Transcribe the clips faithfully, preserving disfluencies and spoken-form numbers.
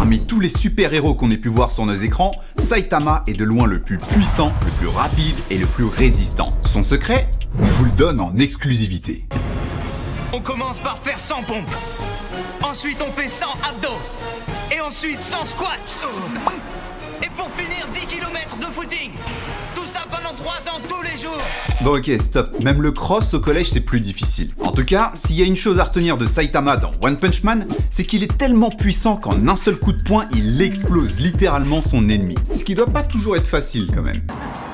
Parmi tous les super-héros qu'on ait pu voir sur nos écrans, Saitama est de loin le plus puissant, le plus rapide et le plus résistant. Son secret, on vous le donne en exclusivité. On commence par faire cent pompes. Ensuite on fait cent abdos. Et ensuite cent squats. Et pour finir dix kilomètres de footing. Tout ça pendant trois ans tous les jours. Bon ok, stop. Même le cross au collège c'est plus difficile. En tout cas, s'il y a une chose à retenir de Saitama dans One Punch Man, c'est qu'il est tellement puissant qu'en un seul coup de poing, il explose littéralement son ennemi. Ce qui doit pas toujours être facile quand même.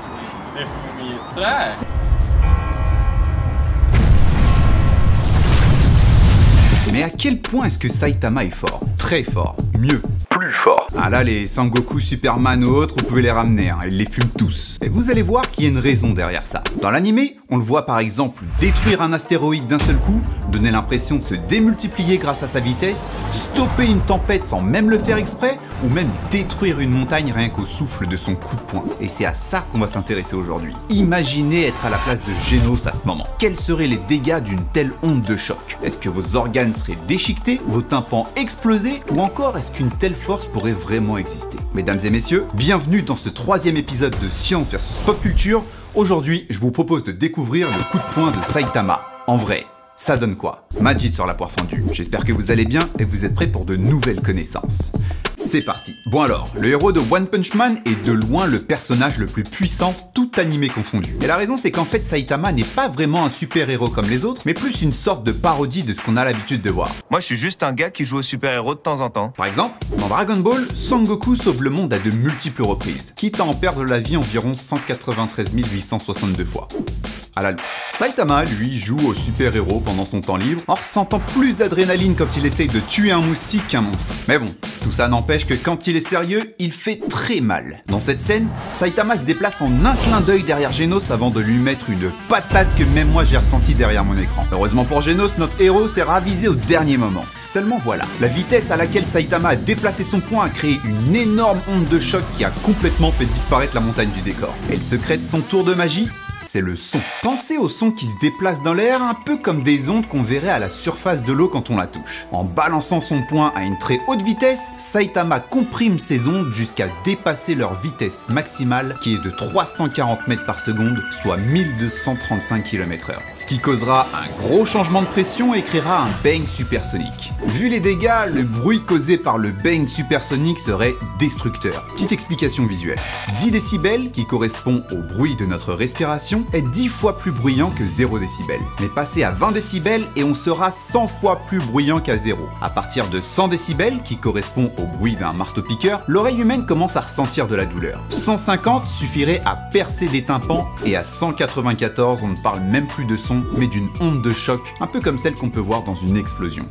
Mais à quel point est-ce que Saitama est fort? Très fort. Mieux. Plus fort. Ah là, les Sangoku, Superman ou autres, vous pouvez les ramener, hein, ils les fument tous. Et vous allez voir qu'il y a une raison derrière ça. Dans l'animé, on le voit par exemple détruire un astéroïde d'un seul coup, donner l'impression de se démultiplier grâce à sa vitesse, stopper une tempête sans même le faire exprès, ou même détruire une montagne rien qu'au souffle de son coup de poing. Et c'est à ça qu'on va s'intéresser aujourd'hui. Imaginez être à la place de Genos à ce moment. Quels seraient les dégâts d'une telle onde de choc? Est-ce que vos organes seraient déchiquetés, vos tympans explosés, ou encore est-ce qu'une telle force pourrait vraiment exister? Mesdames et messieurs, bienvenue dans ce troisième épisode de Science versus Pop Culture. Aujourd'hui, je vous propose de découvrir le coup de poing de Saitama. En vrai, ça donne quoi? Majid sur la poire fendue. J'espère que vous allez bien et que vous êtes prêts pour de nouvelles connaissances. C'est parti. Bon alors, le héros de One Punch Man est de loin le personnage le plus puissant, tout animé confondu. Et la raison c'est qu'en fait Saitama n'est pas vraiment un super-héros comme les autres, mais plus une sorte de parodie de ce qu'on a l'habitude de voir. Moi je suis juste un gars qui joue au super-héros de temps en temps. Par exemple, dans Dragon Ball, Son Goku sauve le monde à de multiples reprises, quitte à en perdre la vie environ cent quatre-vingt-treize mille huit cent soixante-deux fois. À la louche. Saitama, lui, joue au super-héros pendant son temps libre, en ressentant plus d'adrénaline quand il essaye de tuer un moustique qu'un monstre. Mais bon, tout ça n'empêche que quand il est sérieux, il fait très mal. Dans cette scène, Saitama se déplace en un clin d'œil derrière Genos avant de lui mettre une patate que même moi j'ai ressentie derrière mon écran. Heureusement pour Genos, notre héros s'est ravisé au dernier moment. Seulement voilà, la vitesse à laquelle Saitama a déplacé son poing a créé une énorme onde de choc qui a complètement fait disparaître la montagne du décor. Et le secret de son tour de magie, c'est le son. Pensez au son qui se déplace dans l'air un peu comme des ondes qu'on verrait à la surface de l'eau quand on la touche. En balançant son poing à une très haute vitesse, Saitama comprime ces ondes jusqu'à dépasser leur vitesse maximale qui est de trois cent quarante mètres par seconde, soit mille deux cent trente-cinq kilomètres heure. Ce qui causera un gros changement de pression et créera un bang supersonique. Vu les dégâts, le bruit causé par le bang supersonique serait destructeur. Petite explication visuelle. dix décibels, qui correspond au bruit de notre respiration, est dix fois plus bruyant que zéro décibel. Mais passez à vingt décibels et on sera cent fois plus bruyant qu'à zéro. À partir de cent décibels, qui correspond au bruit d'un marteau-piqueur, l'oreille humaine commence à ressentir de la douleur. cent cinquante suffirait à percer des tympans et à cent quatre-vingt-quatorze, on ne parle même plus de son, mais d'une onde de choc, un peu comme celle qu'on peut voir dans une explosion.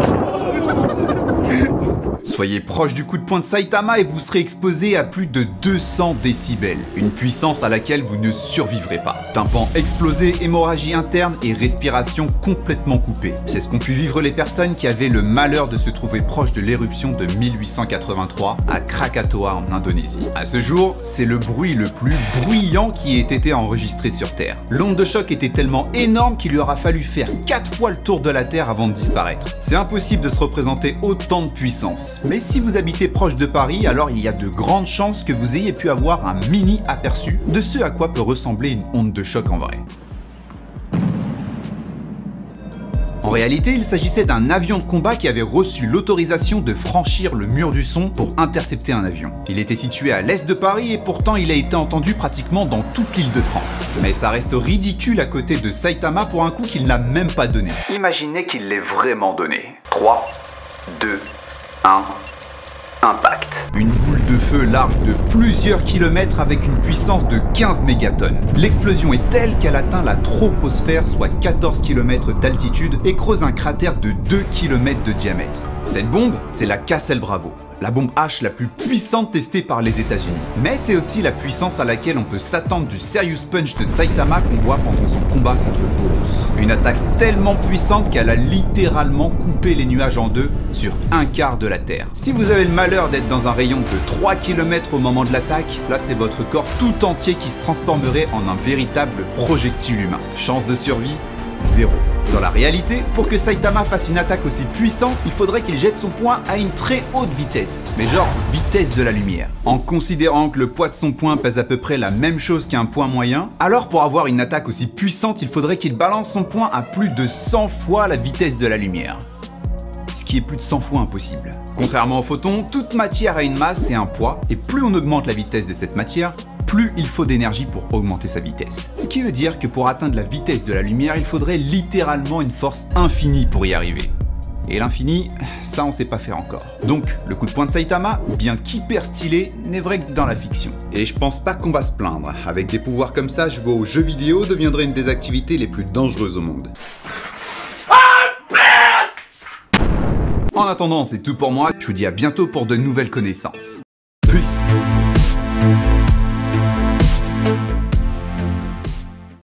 Soyez proche du coup de poing de Saitama et vous serez exposé à plus de deux cents décibels, une puissance à laquelle vous ne survivrez pas. Tympan explosé, hémorragie interne et respiration complètement coupée. C'est ce qu'ont pu vivre les personnes qui avaient le malheur de se trouver proche de l'éruption de mille huit cent quatre-vingt-trois à Krakatoa en Indonésie. À ce jour, c'est le bruit le plus bruyant qui ait été enregistré sur Terre. L'onde de choc était tellement énorme qu'il lui aura fallu faire quatre fois le tour de la Terre avant de disparaître. C'est impossible de se représenter autant de puissance. Mais si vous habitez proche de Paris, alors il y a de grandes chances que vous ayez pu avoir un mini aperçu de ce à quoi peut ressembler une onde de choc en vrai. En réalité, il s'agissait d'un avion de combat qui avait reçu l'autorisation de franchir le mur du son pour intercepter un avion. Il était situé à l'est de Paris et pourtant il a été entendu pratiquement dans toute l'île de France. Mais ça reste ridicule à côté de Saitama pour un coup qu'il n'a même pas donné. Imaginez qu'il l'ait vraiment donné. trois, deux, un... Impact. Une boule de feu large de plusieurs kilomètres avec une puissance de quinze mégatonnes. L'explosion est telle qu'elle atteint la troposphère, soit quatorze kilomètres d'altitude, et creuse un cratère de deux kilomètres de diamètre. Cette bombe, c'est la Castle Bravo, la bombe H la plus puissante testée par les États-Unis. Mais c'est aussi la puissance à laquelle on peut s'attendre du Serious Punch de Saitama qu'on voit pendant son combat contre Boros. Une attaque tellement puissante qu'elle a littéralement coupé les nuages en deux sur un quart de la Terre. Si vous avez le malheur d'être dans un rayon de trois kilomètres au moment de l'attaque, là c'est votre corps tout entier qui se transformerait en un véritable projectile humain. Chance de survie, zéro. Dans la réalité, pour que Saitama fasse une attaque aussi puissante, il faudrait qu'il jette son poing à une très haute vitesse, mais genre vitesse de la lumière. En considérant que le poids de son poing pèse à peu près la même chose qu'un poing moyen, alors pour avoir une attaque aussi puissante, il faudrait qu'il balance son poing à plus de cent fois la vitesse de la lumière. Ce qui est plus de cent fois impossible. Contrairement au photon, toute matière a une masse et un poids, et plus on augmente la vitesse de cette matière, plus il faut d'énergie pour augmenter sa vitesse. Ce qui veut dire que pour atteindre la vitesse de la lumière, il faudrait littéralement une force infinie pour y arriver. Et l'infini, ça on sait pas faire encore. Donc, le coup de poing de Saitama, bien qu'hyper stylé, n'est vrai que dans la fiction. Et je pense pas qu'on va se plaindre. Avec des pouvoirs comme ça, jouer aux jeux vidéo deviendrait une des activités les plus dangereuses au monde. En attendant, c'est tout pour moi. Je vous dis à bientôt pour de nouvelles connaissances.